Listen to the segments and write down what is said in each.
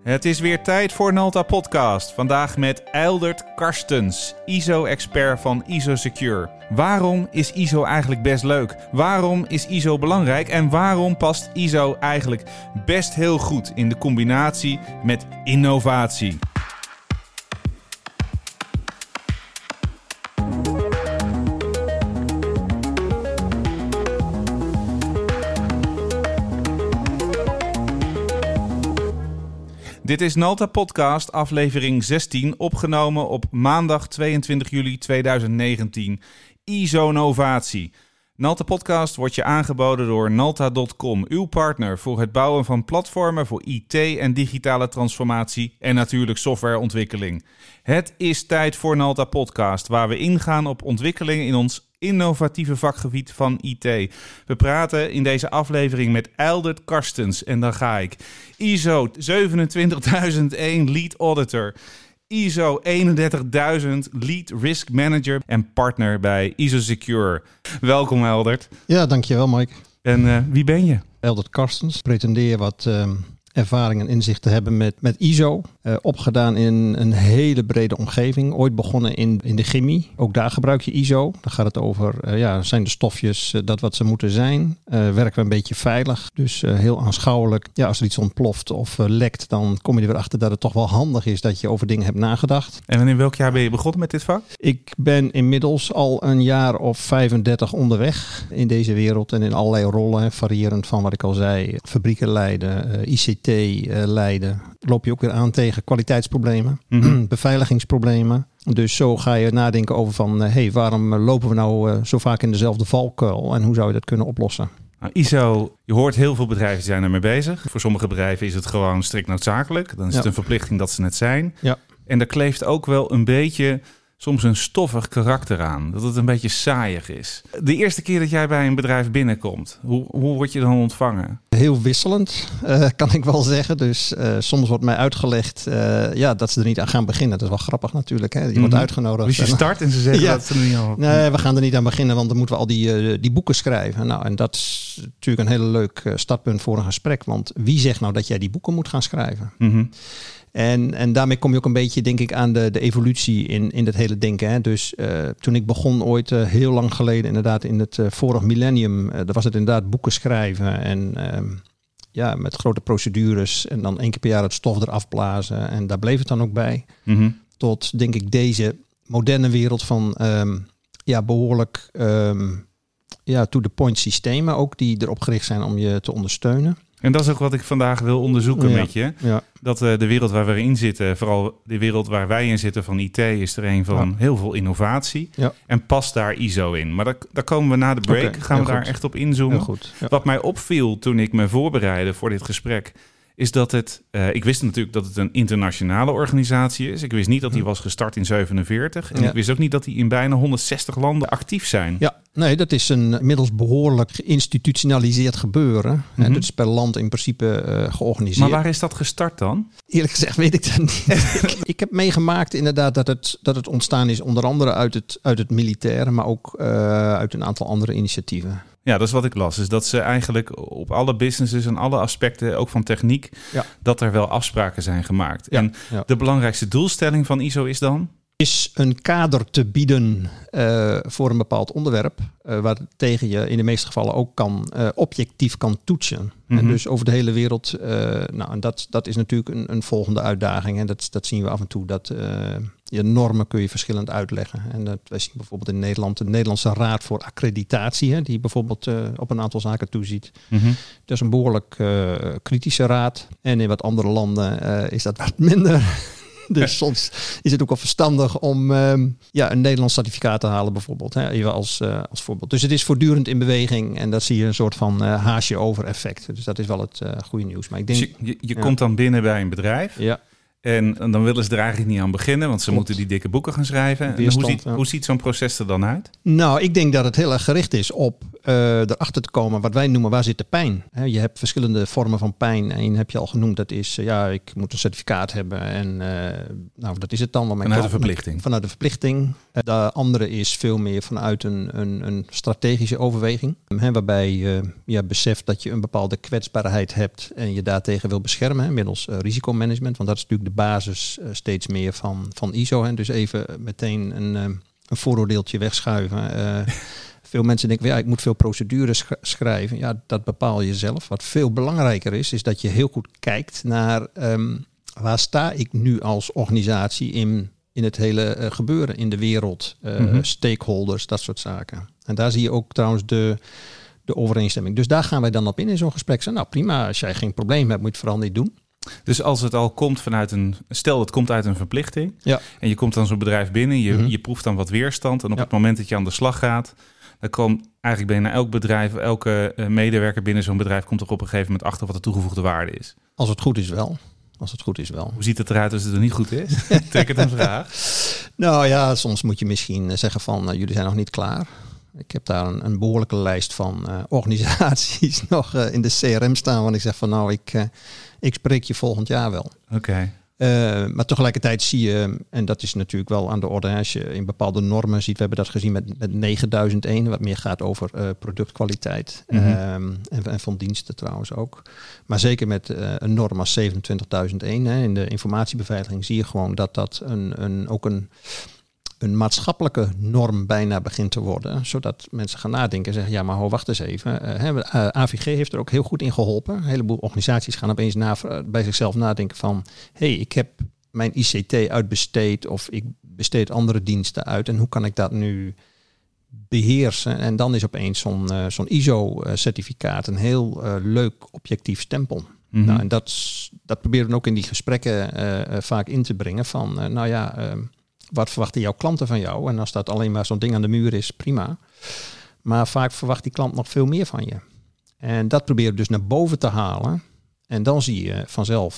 Het is weer tijd voor Nalta Podcast. Vandaag met Eildert Karstens, ISO-expert van ISO Secure. Waarom is ISO eigenlijk best leuk? Waarom is ISO belangrijk? En waarom past ISO eigenlijk best heel goed in de combinatie met innovatie? Dit is Nalta Podcast, aflevering 16, opgenomen op maandag 22 juli 2019. ISO-novatie. Nalta Podcast wordt je aangeboden door Nalta.com, uw partner voor het bouwen van platformen voor IT en digitale transformatie en natuurlijk softwareontwikkeling. Het is tijd voor Nalta Podcast, waar we ingaan op ontwikkelingen in ons innovatieve vakgebied van IT. We praten in deze aflevering met Eildert Karstens en dan ga ik. ISO 27001 Lead Auditor, ISO 31000 Lead Risk Manager en partner bij ISO Secure. Welkom Eildert. Ja, dankjewel Mike. En wie ben je? Eildert Karstens. Pretendeer wat ervaring en inzicht te hebben met ISO. Opgedaan in een hele brede omgeving. Ooit begonnen in de chemie. Ook daar gebruik je ISO. Dan gaat het over, zijn de stofjes dat wat ze moeten zijn? Werken we een beetje veilig? Dus heel aanschouwelijk. Ja, als er iets ontploft of lekt, dan kom je er weer achter dat het toch wel handig is dat je over dingen hebt nagedacht. En in welk jaar ben je begonnen met dit vak? Ik ben inmiddels al een jaar of 35 onderweg in deze wereld en in allerlei rollen. Variërend van wat ik al zei, fabrieken leiden, ICT leiden. Loop je ook weer aan tegen kwaliteitsproblemen, beveiligingsproblemen. Dus zo ga je nadenken over van, waarom lopen we nou zo vaak in dezelfde valkuil en hoe zou je dat kunnen oplossen? Nou, ISO, je hoort heel veel bedrijven die zijn ermee bezig. Voor sommige bedrijven is het gewoon strikt noodzakelijk. Dan is het een verplichting dat ze het zijn. Ja. En daar kleeft ook wel een beetje soms een stoffig karakter aan. Dat het een beetje saaiig is. De eerste keer dat jij bij een bedrijf binnenkomt, hoe word je dan ontvangen? Heel wisselend, kan ik wel zeggen. Dus soms wordt mij uitgelegd dat ze er niet aan gaan beginnen. Dat is wel grappig natuurlijk. Hè? Je wordt uitgenodigd. Dus je start en ze zeggen dat ze er niet aan. Nee, we gaan er niet aan beginnen, want dan moeten we al die boeken schrijven. Nou, en dat is natuurlijk een heel leuk startpunt voor een gesprek. Want wie zegt nou dat jij die boeken moet gaan schrijven? Mm-hmm. En daarmee kom je ook een beetje, denk ik, aan de evolutie in dat hele denken. Hè. Dus toen ik begon ooit heel lang geleden, inderdaad in het vorig millennium, was het inderdaad boeken schrijven en met grote procedures en dan 1 keer per jaar het stof eraf blazen. En daar bleef het dan ook bij. Mm-hmm. Tot, denk ik, deze moderne wereld van behoorlijk to-the-point systemen ook, die erop gericht zijn om je te ondersteunen. En dat is ook wat ik vandaag wil onderzoeken met je. Ja. Dat de wereld waar we in zitten, vooral de wereld waar wij in zitten van IT, is er een van heel veel innovatie. Ja. En past daar ISO in. Maar daar komen we na de break, gaan we daar echt op inzoomen. Goed, ja. Wat mij opviel toen ik me voorbereidde voor dit gesprek, is dat het, ik wist natuurlijk dat het een internationale organisatie is. Ik wist niet dat die was gestart in 1947. En ik wist ook niet dat die in bijna 160 landen actief zijn. Ja, nee, dat is een inmiddels behoorlijk geïnstitutionaliseerd gebeuren. Mm-hmm. En dat is per land in principe georganiseerd. Maar waar is dat gestart dan? Eerlijk gezegd weet ik dat niet. Ik heb meegemaakt inderdaad dat het ontstaan is onder andere uit het militaire, maar ook uit een aantal andere initiatieven. Ja, dat is wat ik las. Dus dat ze eigenlijk op alle businesses en alle aspecten, ook van techniek, dat er wel afspraken zijn gemaakt. Ja, en de belangrijkste doelstelling van ISO is dan? Is een kader te bieden voor een bepaald onderwerp, waar tegen je in de meeste gevallen ook objectief kan toetsen. Mm-hmm. En dus over de hele wereld, en dat is natuurlijk een volgende uitdaging. En dat zien we af en toe, dat je normen kun je verschillend uitleggen. En dat wij zien bijvoorbeeld in Nederland de Nederlandse Raad voor Accreditatie, die bijvoorbeeld op een aantal zaken toeziet. Mm-hmm. Dat is een behoorlijk kritische raad. En in wat andere landen is dat wat minder. Dus soms is het ook wel verstandig om een Nederlands certificaat te halen bijvoorbeeld. Hè, even als voorbeeld. Dus het is voortdurend in beweging en dat zie je een soort van haasje over effect. Dus dat is wel het goede nieuws. Maar ik denk, dus je komt dan binnen bij een bedrijf. Ja. En dan willen ze er eigenlijk niet aan beginnen, want ze moeten die dikke boeken gaan schrijven. En hoe ziet zo'n proces er dan uit? Nou, ik denk dat het heel erg gericht is op erachter te komen wat wij noemen, waar zit de pijn? Je hebt verschillende vormen van pijn. Eén heb je al genoemd, dat is, ik moet een certificaat hebben. En dat is het dan. Vanuit de verplichting. Vanuit de verplichting. De andere is veel meer vanuit een strategische overweging. Waarbij je beseft dat je een bepaalde kwetsbaarheid hebt en je daartegen wil beschermen. Middels risicomanagement. Want dat is natuurlijk de basis steeds meer van ISO. Dus even meteen een vooroordeeltje wegschuiven. Veel mensen denken, ik moet veel procedures schrijven. Ja, dat bepaal je zelf. Wat veel belangrijker is dat je heel goed kijkt naar waar sta ik nu als organisatie in het hele gebeuren in de wereld. Stakeholders, dat soort zaken. En daar zie je ook trouwens de overeenstemming. Dus daar gaan wij dan op in zo'n gesprek. Nou prima, als jij geen probleem hebt, moet je het vooral niet doen. Dus als het al komt stel het komt uit een verplichting. Ja. En je komt dan zo'n bedrijf binnen, je proeft dan wat weerstand. En op het moment dat je aan de slag gaat, dan komt eigenlijk bijna elk bedrijf, elke medewerker binnen zo'n bedrijf komt er op een gegeven moment achter wat de toegevoegde waarde is. Als het goed is wel. Hoe ziet het eruit als het er niet goed is? Trek het een vraag. Nou ja, soms moet je misschien zeggen van jullie zijn nog niet klaar. Ik heb daar een behoorlijke lijst van organisaties nog in de CRM staan. Want ik zeg van ik spreek je volgend jaar wel. Oké. Maar tegelijkertijd zie je, en dat is natuurlijk wel aan de orde, als je in bepaalde normen ziet, we hebben dat gezien met 9001, wat meer gaat over productkwaliteit en van diensten trouwens ook. Maar zeker met een norm als 27001 in de informatiebeveiliging zie je gewoon dat ook een maatschappelijke norm bijna begint te worden. Zodat mensen gaan nadenken en zeggen, ja, maar wacht eens even. AVG heeft er ook heel goed in geholpen. Een heleboel organisaties gaan opeens bij zichzelf nadenken van, ik heb mijn ICT uitbesteed of ik besteed andere diensten uit. En hoe kan ik dat nu beheersen? En dan is opeens zo'n ISO-certificaat een heel leuk objectief stempel. Nou, en dat proberen we ook in die gesprekken vaak in te brengen van, wat verwachten jouw klanten van jou? En als dat alleen maar zo'n ding aan de muur is, prima. Maar vaak verwacht die klant nog veel meer van je. En dat proberen we dus naar boven te halen. En dan zie je vanzelf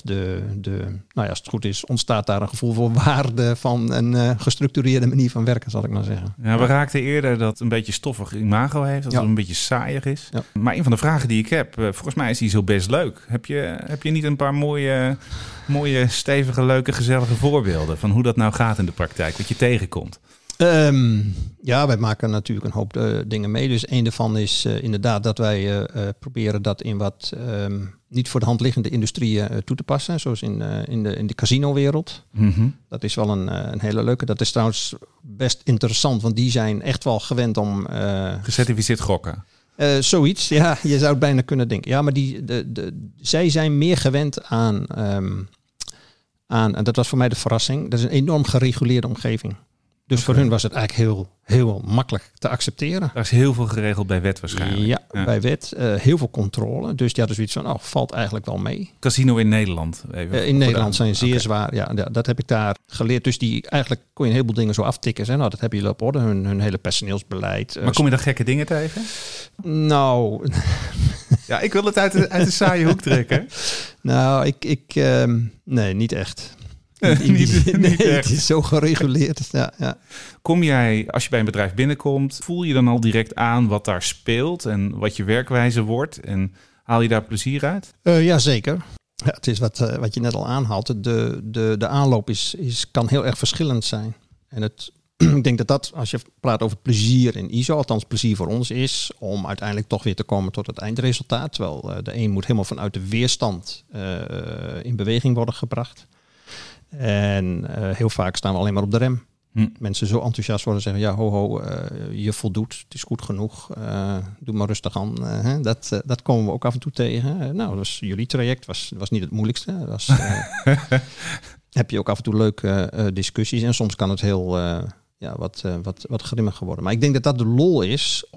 als het goed is, ontstaat daar een gevoel voor waarde van een gestructureerde manier van werken, zal ik maar zeggen. Ja, we raakten eerder dat het een beetje stoffig imago heeft, dat het een beetje saaiig is. Ja. Maar een van de vragen die ik heb, volgens mij is die zo best leuk. Heb je niet een paar mooie, stevige, leuke, gezellige voorbeelden van hoe dat nou gaat in de praktijk, wat je tegenkomt? Wij maken natuurlijk een hoop dingen mee. Dus een daarvan is inderdaad dat wij proberen dat in wat niet voor de hand liggende industrieën toe te passen. Zoals in de casino-wereld. Dat is wel een hele leuke. Dat is trouwens best interessant, want die zijn echt wel gewend om... gecertificeerd gokken. Zoiets, ja. Je zou het bijna kunnen denken. Ja, maar zij zijn meer gewend aan... En dat was voor mij de verrassing. Dat is een enorm gereguleerde omgeving. Dus voor hun was het eigenlijk heel, heel makkelijk te accepteren. Er is heel veel geregeld bij wet waarschijnlijk. Ja. Bij wet. Heel veel controle. Dus die hadden zoiets van, valt eigenlijk wel mee. Casino in Nederland? Even in Nederland zijn zeer zwaar. Ja, dat heb ik daar geleerd. Dus eigenlijk kon je een heleboel dingen zo aftikken. Nou, dat hebben jullie op orde. Hun hele personeelsbeleid. Maar kom je daar gekke dingen tegen? Nou... Ja, ik wil het uit de saaie hoek trekken. Nou, nee, niet echt. Niet echt. Het is zo gereguleerd. Ja. Kom jij, als je bij een bedrijf binnenkomt, voel je dan al direct aan wat daar speelt en wat je werkwijze wordt? En haal je daar plezier uit? Ja, zeker. Ja, het is wat je net al aanhaalt. De aanloop kan heel erg verschillend zijn. En ik denk dat als je praat over plezier in ISO, althans plezier voor ons is, om uiteindelijk toch weer te komen tot het eindresultaat. Terwijl de een moet helemaal vanuit de weerstand in beweging worden gebracht. En heel vaak staan we alleen maar op de rem. Mensen zo enthousiast worden zeggen, je voldoet, het is goed genoeg, doe maar rustig aan. Dat komen we ook af en toe tegen. Nou, dus jullie traject was niet het moeilijkste. Heb je ook af en toe leuke discussies en soms kan het heel wat grimmiger worden. Maar ik denk dat de lol is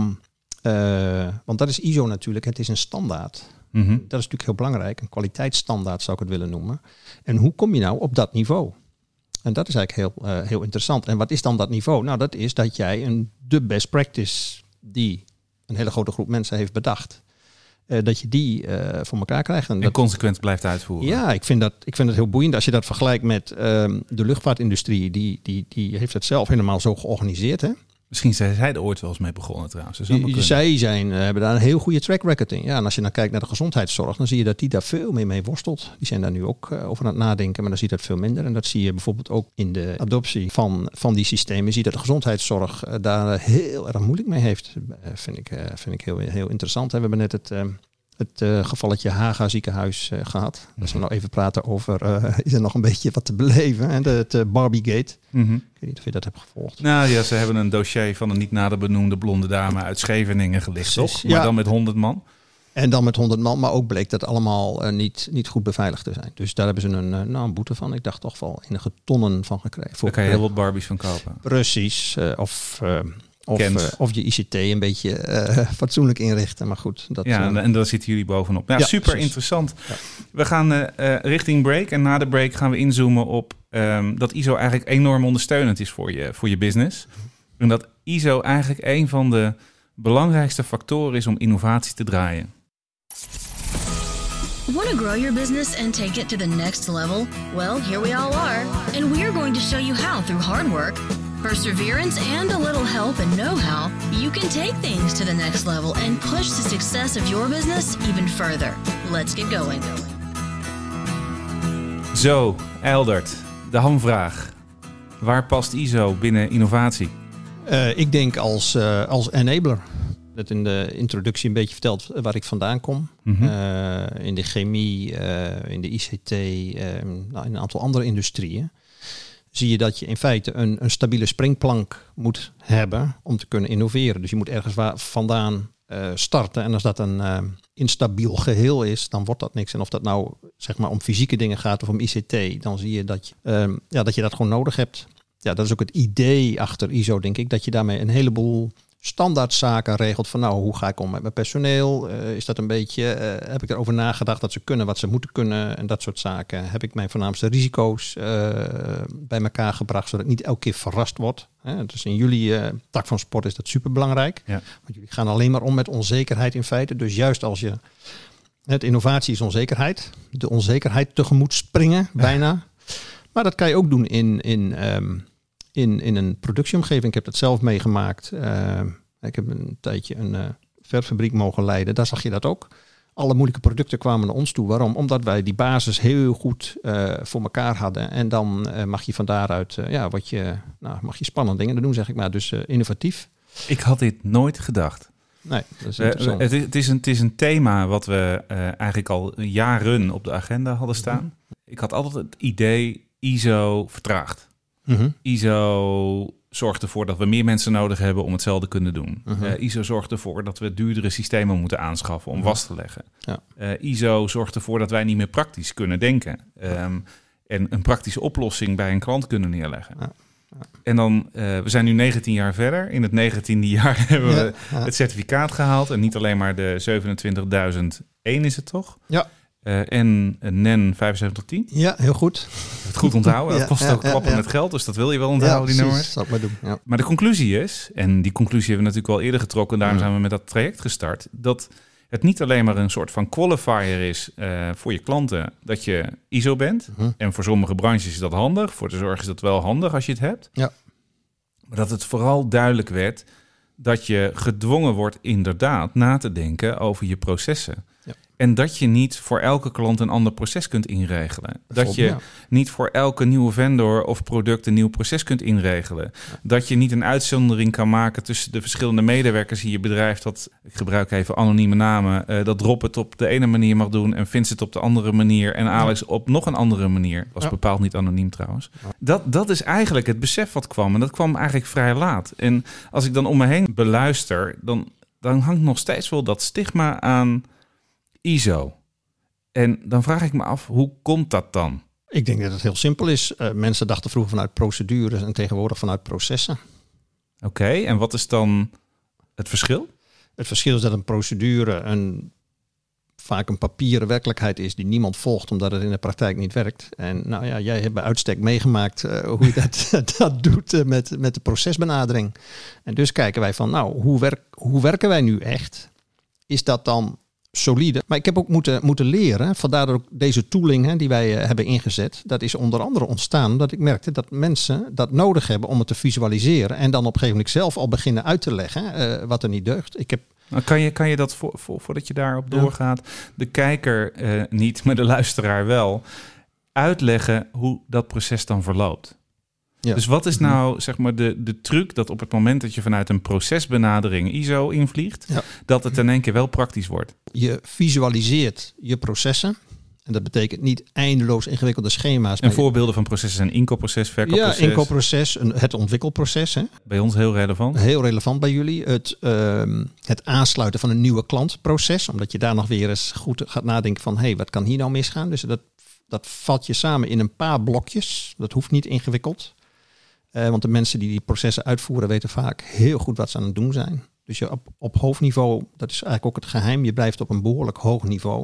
want dat is ISO natuurlijk, het is een standaard. Dat is natuurlijk heel belangrijk. Een kwaliteitsstandaard zou ik het willen noemen. En hoe kom je nou op dat niveau? En dat is eigenlijk heel interessant. En wat is dan dat niveau? Nou, dat is dat jij de best practice die een hele grote groep mensen heeft bedacht, dat je die voor elkaar krijgt. En consequent blijft uitvoeren. Ja, ik vind dat heel boeiend. Als je dat vergelijkt met de luchtvaartindustrie, die heeft het zelf helemaal zo georganiseerd. Hè? Misschien zijn zij er ooit wel eens mee begonnen trouwens. Zij hebben daar een heel goede track record in. Ja, en als je dan kijkt naar de gezondheidszorg, dan zie je dat die daar veel meer mee worstelt. Die zijn daar nu ook over aan het nadenken, maar dan zie je dat veel minder. En dat zie je bijvoorbeeld ook in de adoptie van die systemen. Je ziet dat de gezondheidszorg daar heel erg moeilijk mee heeft. Vind ik heel interessant. We hebben net het gevalletje Haga ziekenhuis gehad. Als we nou even praten over, is er nog een beetje wat te beleven. En het Barbiegate. Mm-hmm. Ik weet niet of je dat hebt gevolgd. Nou ja, ze hebben een dossier van een niet nader benoemde blonde dame uit Scheveningen gelicht, toch? Maar dan met 100 man. En dan met 100 man, maar ook bleek dat allemaal niet goed beveiligd te zijn. Dus daar hebben ze een boete van. Ik dacht toch wel enige tonnen van gekregen. Daar kan je heel wat Barbies van kopen. Precies. Of je ICT een beetje fatsoenlijk inrichten. Maar goed. En daar zitten jullie bovenop. Ja, super precies. Interessant. Ja. We gaan richting break. En na de break gaan we inzoomen op dat ISO eigenlijk enorm ondersteunend is voor je business. En dat ISO eigenlijk een van de belangrijkste factoren is om innovatie te draaien. Want to grow your business and take it to the next level? Well, here we all are. And we are going to show you how through hard work, perseverance, and a little help and know-how, you can take things to the next level and push the success of your business even further. Let's get going. Zo, Eldert, de hamvraag. Waar past ISO binnen innovatie? Ik denk als enabler. Dat in de introductie een beetje verteld waar ik vandaan kom. Mm-hmm. In de chemie, in de ICT, in een aantal andere industrieën. Zie je dat je in feite een stabiele springplank moet hebben om te kunnen innoveren. Dus je moet ergens vandaan starten. En als dat een instabiel geheel is, dan wordt dat niks. En of dat nou zeg maar om fysieke dingen gaat of om ICT, dan zie je dat je dat gewoon nodig hebt. Ja, dat is ook het idee achter ISO, denk ik. Dat je daarmee een heleboel standaardzaken regelt van hoe ga ik om met mijn personeel? Is dat een beetje, heb ik erover nagedacht dat ze kunnen wat ze moeten kunnen en dat soort zaken? Heb ik mijn voornaamste risico's bij elkaar gebracht, zodat ik niet elke keer verrast word? Dus in jullie tak van sport is dat superbelangrijk. Ja. Want jullie gaan alleen maar om met onzekerheid in feite. Dus juist als je, het innovatie is onzekerheid. De onzekerheid tegemoet springen, bijna. Maar dat kan je ook doen in een productieomgeving. Ik heb dat zelf meegemaakt. Ik heb een tijdje een verfabriek mogen leiden. Daar zag je dat ook. Alle moeilijke producten kwamen naar ons toe. Waarom? Omdat wij die basis heel goed voor elkaar hadden. En dan mag je van daaruit mag je spannende dingen doen, zeg ik maar. Dus innovatief. Ik had dit nooit gedacht. Nee, dat is interessant. Het is een thema wat we eigenlijk al jaren op de agenda hadden staan. Mm-hmm. Ik had altijd het idee, ISO vertraagt. Mm-hmm. ISO zorgt ervoor dat we meer mensen nodig hebben om hetzelfde te kunnen doen. Mm-hmm. ISO zorgt ervoor dat we duurdere systemen moeten aanschaffen om was te leggen. Ja. ISO zorgt ervoor dat wij niet meer praktisch kunnen denken. En een praktische oplossing bij een klant kunnen neerleggen. Ja. Ja. En dan, we zijn nu 19 jaar verder. In het 19e jaar hebben we het certificaat gehaald. En niet alleen maar de 27.001 is het toch? Ja. En een NEN 7510. Ja, heel goed. Het goed onthouden. Dat kost ook klappen met geld, dus dat wil je wel onthouden, die nummers. Dat zal ik maar doen. Ja. Maar de conclusie is, en die conclusie hebben we natuurlijk al eerder getrokken, en daarom zijn we met dat traject gestart, dat het niet alleen maar een soort van qualifier is voor je klanten dat je ISO bent. Uh-huh. En voor sommige branches is dat handig. Voor de zorg is dat wel handig als je het hebt. Ja. Maar dat het vooral duidelijk werd dat je gedwongen wordt inderdaad na te denken over je processen. Ja. En dat je niet voor elke klant een ander proces kunt inregelen. Dat je niet voor elke nieuwe vendor of product een nieuw proces kunt inregelen. Ja. Dat je niet een uitzondering kan maken tussen de verschillende medewerkers in je bedrijf. Dat, ik gebruik even anonieme namen, dat Rob het op de ene manier mag doen en Vincent op de andere manier en Alex op nog een andere manier. Was bepaald niet anoniem trouwens. Ja. Dat is eigenlijk het besef wat kwam. En dat kwam eigenlijk vrij laat. En als ik dan om me heen beluister, dan hangt nog steeds wel dat stigma aan ISO. En dan vraag ik me af, hoe komt dat dan? Ik denk dat het heel simpel is. Mensen dachten vroeger vanuit procedures en tegenwoordig vanuit processen. Oké, en wat is dan het verschil? Het verschil is dat een procedure vaak een papieren werkelijkheid is die niemand volgt omdat het in de praktijk niet werkt. En nou ja, jij hebt bij uitstek meegemaakt hoe je dat doet met de procesbenadering. En dus kijken wij van, hoe werken wij nu echt? Is dat dan solide. Maar ik heb ook moeten leren, vandaar dat ook deze tooling die wij hebben ingezet, dat is onder andere ontstaan omdat ik merkte dat mensen dat nodig hebben om het te visualiseren en dan op een gegeven moment zelf al beginnen uit te leggen wat er niet deugt. Kan je dat, voordat je daarop doorgaat, de kijker niet, maar de luisteraar wel, uitleggen hoe dat proces dan verloopt? Ja. Dus wat is nou zeg maar de truc dat op het moment dat je vanuit een procesbenadering ISO invliegt, dat het in één keer wel praktisch wordt? Je visualiseert je processen. En dat betekent niet eindeloos ingewikkelde schema's. En voorbeelden van processen zijn inkoopproces, verkoopproces. Ja, inkoopproces, het ontwikkelproces. Hè. Bij ons heel relevant. Heel relevant bij jullie. Het aansluiten van een nieuwe klantproces. Omdat je daar nog weer eens goed gaat nadenken van, wat kan hier nou misgaan? Dus dat vat je samen in een paar blokjes. Dat hoeft niet ingewikkeld. Want de mensen die processen uitvoeren weten vaak heel goed wat ze aan het doen zijn. Dus je op hoofdniveau, dat is eigenlijk ook het geheim. Je blijft op een behoorlijk hoog niveau.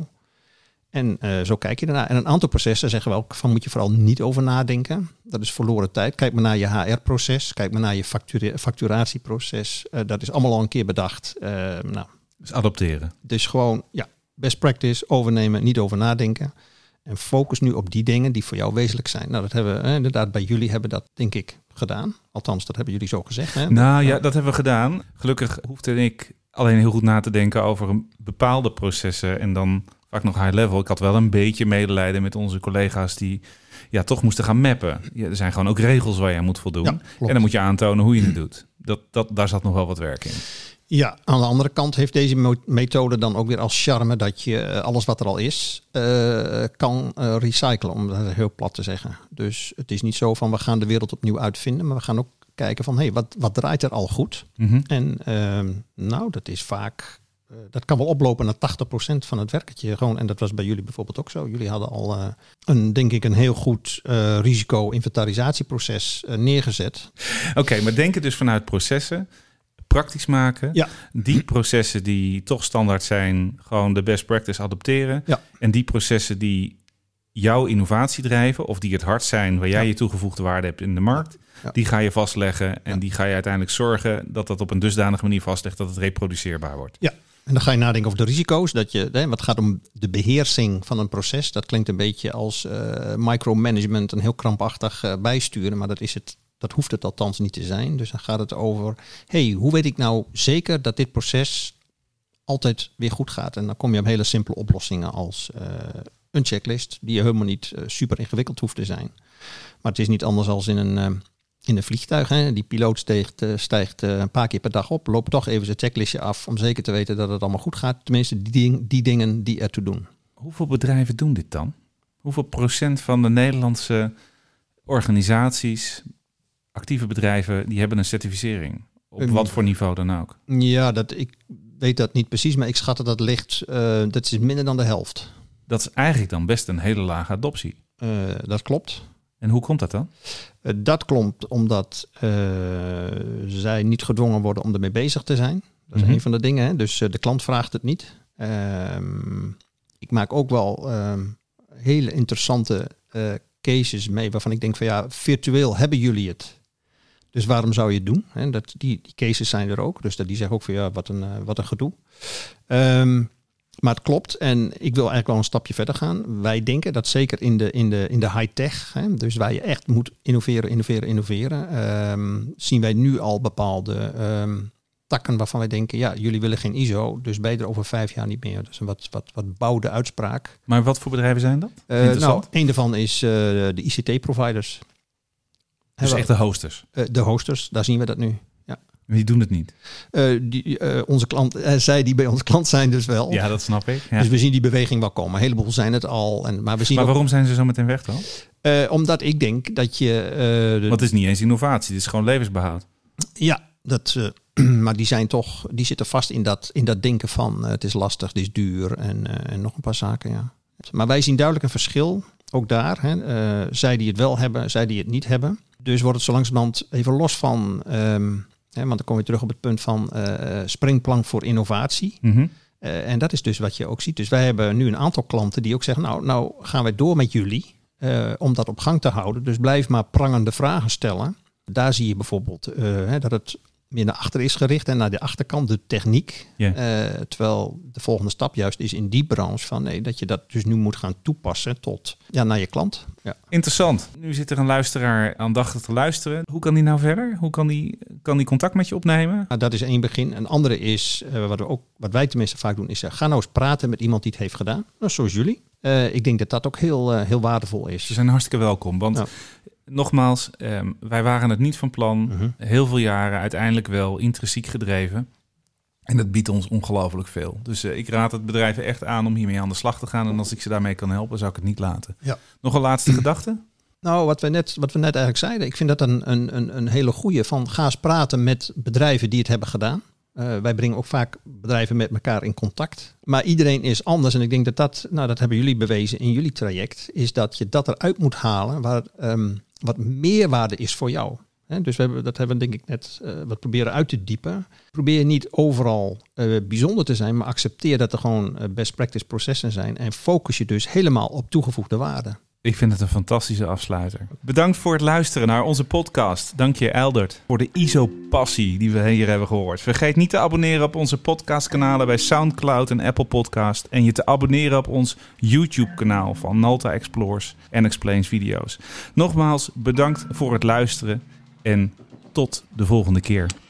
En zo kijk je ernaar. En een aantal processen zeggen we ook van moet je vooral niet over nadenken. Dat is verloren tijd. Kijk maar naar je HR-proces. Kijk maar naar je facturatieproces. Dat is allemaal al een keer bedacht. Dus adopteren. Dus gewoon best practice, overnemen, niet over nadenken. En focus nu op die dingen die voor jou wezenlijk zijn. Nou, dat hebben we inderdaad bij jullie hebben dat denk ik gedaan. Althans, dat hebben jullie zo gezegd. Hè? Dat hebben we gedaan. Gelukkig hoefde ik alleen heel goed na te denken over bepaalde processen en dan vaak nog high level. Ik had wel een beetje medelijden met onze collega's die toch moesten gaan mappen. Er zijn gewoon ook regels waar je aan moet voldoen. Ja, en dan moet je aantonen hoe je het doet. Daar zat nog wel wat werk in. Ja, aan de andere kant heeft deze methode dan ook weer als charme dat je alles wat er al is kan recyclen, om dat heel plat te zeggen. Dus het is niet zo van we gaan de wereld opnieuw uitvinden, maar we gaan ook kijken van wat draait er al goed? Mm-hmm. En dat is vaak, dat kan wel oplopen naar 80% van het werketje gewoon. En dat was bij jullie bijvoorbeeld ook zo. Jullie hadden al een heel goed risico-inventarisatieproces neergezet. Oké, maar denken dus vanuit processen. Praktisch maken. Ja. Die processen die toch standaard zijn, gewoon de best practice adopteren. Ja. En die processen die jouw innovatie drijven of die het hardst zijn waar jij je toegevoegde waarde hebt in de markt, die ga je vastleggen en die ga je uiteindelijk zorgen dat dat op een dusdanige manier vastlegt dat het reproduceerbaar wordt. Ja. En dan ga je nadenken over de risico's. Wat gaat om de beheersing van een proces. Dat klinkt een beetje als micromanagement, een heel krampachtig bijsturen, maar dat hoeft het althans niet te zijn. Dus dan gaat het over, hoe weet ik nou zeker dat dit proces altijd weer goed gaat? En dan kom je op hele simpele oplossingen als een checklist, die helemaal niet super ingewikkeld hoeft te zijn. Maar het is niet anders als in een vliegtuig. Hè? Die piloot stijgt een paar keer per dag op, loopt toch even zijn checklistje af om zeker te weten dat het allemaal goed gaat. Tenminste, die dingen die ertoe doen. Hoeveel bedrijven doen dit dan? Hoeveel procent van de Nederlandse organisaties, actieve bedrijven, die hebben een certificering? Op wat voor niveau dan ook? Ja, ik weet dat niet precies, maar ik schat dat ligt, dat is minder dan de helft. Dat is eigenlijk dan best een hele lage adoptie. Dat klopt. En hoe komt dat dan? Dat klopt omdat zij niet gedwongen worden om ermee bezig te zijn. Dat is een van de dingen. Hè? Dus de klant vraagt het niet. Ik maak ook wel hele interessante cases mee waarvan ik denk van virtueel hebben jullie het. Dus waarom zou je het doen? Hè? Die cases zijn er ook. Dus die zeggen ook van wat een gedoe. Maar het klopt. En ik wil eigenlijk wel een stapje verder gaan. Wij denken dat zeker in de high-tech, dus waar je echt moet innoveren, zien wij nu al bepaalde takken waarvan wij denken, jullie willen geen ISO, dus ben je er over 5 jaar niet meer. Dus een wat bouwde uitspraak. Maar wat voor bedrijven zijn dat? Een daarvan is de ICT-providers. Dus echt de hosters? De hosters, daar zien we dat nu. Die doen het niet. Onze klant, zij die bij onze klant zijn dus wel. Ja, dat snap ik. Ja. Dus we zien die beweging wel komen. Een heleboel zijn het al. Maar waarom zijn ze zo meteen weg dan? Omdat ik denk dat je... Want het is niet eens innovatie, het is gewoon levensbehoud. Ja, maar die zitten vast in dat denken van het is lastig, het is duur en nog een paar zaken. Ja. Maar wij zien duidelijk een verschil, ook daar. Zij die het wel hebben, zij die het niet hebben. Dus wordt het zo langzamerhand even los van... want dan kom je terug op het punt van springplank voor innovatie. Mm-hmm. En dat is dus wat je ook ziet. Dus wij hebben nu een aantal klanten die ook zeggen... nou gaan wij door met jullie om dat op gang te houden. Dus blijf maar prangende vragen stellen. Daar zie je bijvoorbeeld dat het meer naar achter is gericht en naar de achterkant, de techniek. Ja. Terwijl de volgende stap juist is in die branche van nee, dat je dat dus nu moet gaan toepassen tot naar je klant. Ja. Interessant. Nu zit er een luisteraar aandachtig te luisteren. Hoe kan die nou verder? Hoe kan die contact met je opnemen? Nou, dat is één begin. Een andere is, wat wij tenminste vaak doen, is ga nou eens praten met iemand die het heeft gedaan. Nou, zoals jullie. Ik denk dat dat ook heel waardevol is. Ze zijn hartstikke welkom, want nogmaals, wij waren het niet van plan. Heel veel jaren uiteindelijk wel intrinsiek gedreven. En dat biedt ons ongelooflijk veel. Dus ik raad het bedrijven echt aan om hiermee aan de slag te gaan. En als ik ze daarmee kan helpen, zou ik het niet laten. Ja. Nog een laatste gedachte? Nou, wat we net eigenlijk zeiden. Ik vind dat een hele goeie van ga eens praten met bedrijven die het hebben gedaan. Wij brengen ook vaak bedrijven met elkaar in contact. Maar iedereen is anders. En ik denk dat hebben jullie bewezen in jullie traject. Is dat je dat eruit moet halen waar wat meerwaarde is voor jou. Dus dat hebben we denk ik net wat proberen uit te diepen. Probeer niet overal bijzonder te zijn, maar accepteer dat er gewoon best practice processen zijn. En focus je dus helemaal op toegevoegde waarde. Ik vind het een fantastische afsluiter. Bedankt voor het luisteren naar onze podcast. Dank je, Eldert, voor de ISO-passie die we hier hebben gehoord. Vergeet niet te abonneren op onze podcastkanalen bij SoundCloud en Apple Podcast. En je te abonneren op ons YouTube-kanaal van Nalta Explores en Explains video's. Nogmaals, bedankt voor het luisteren en tot de volgende keer.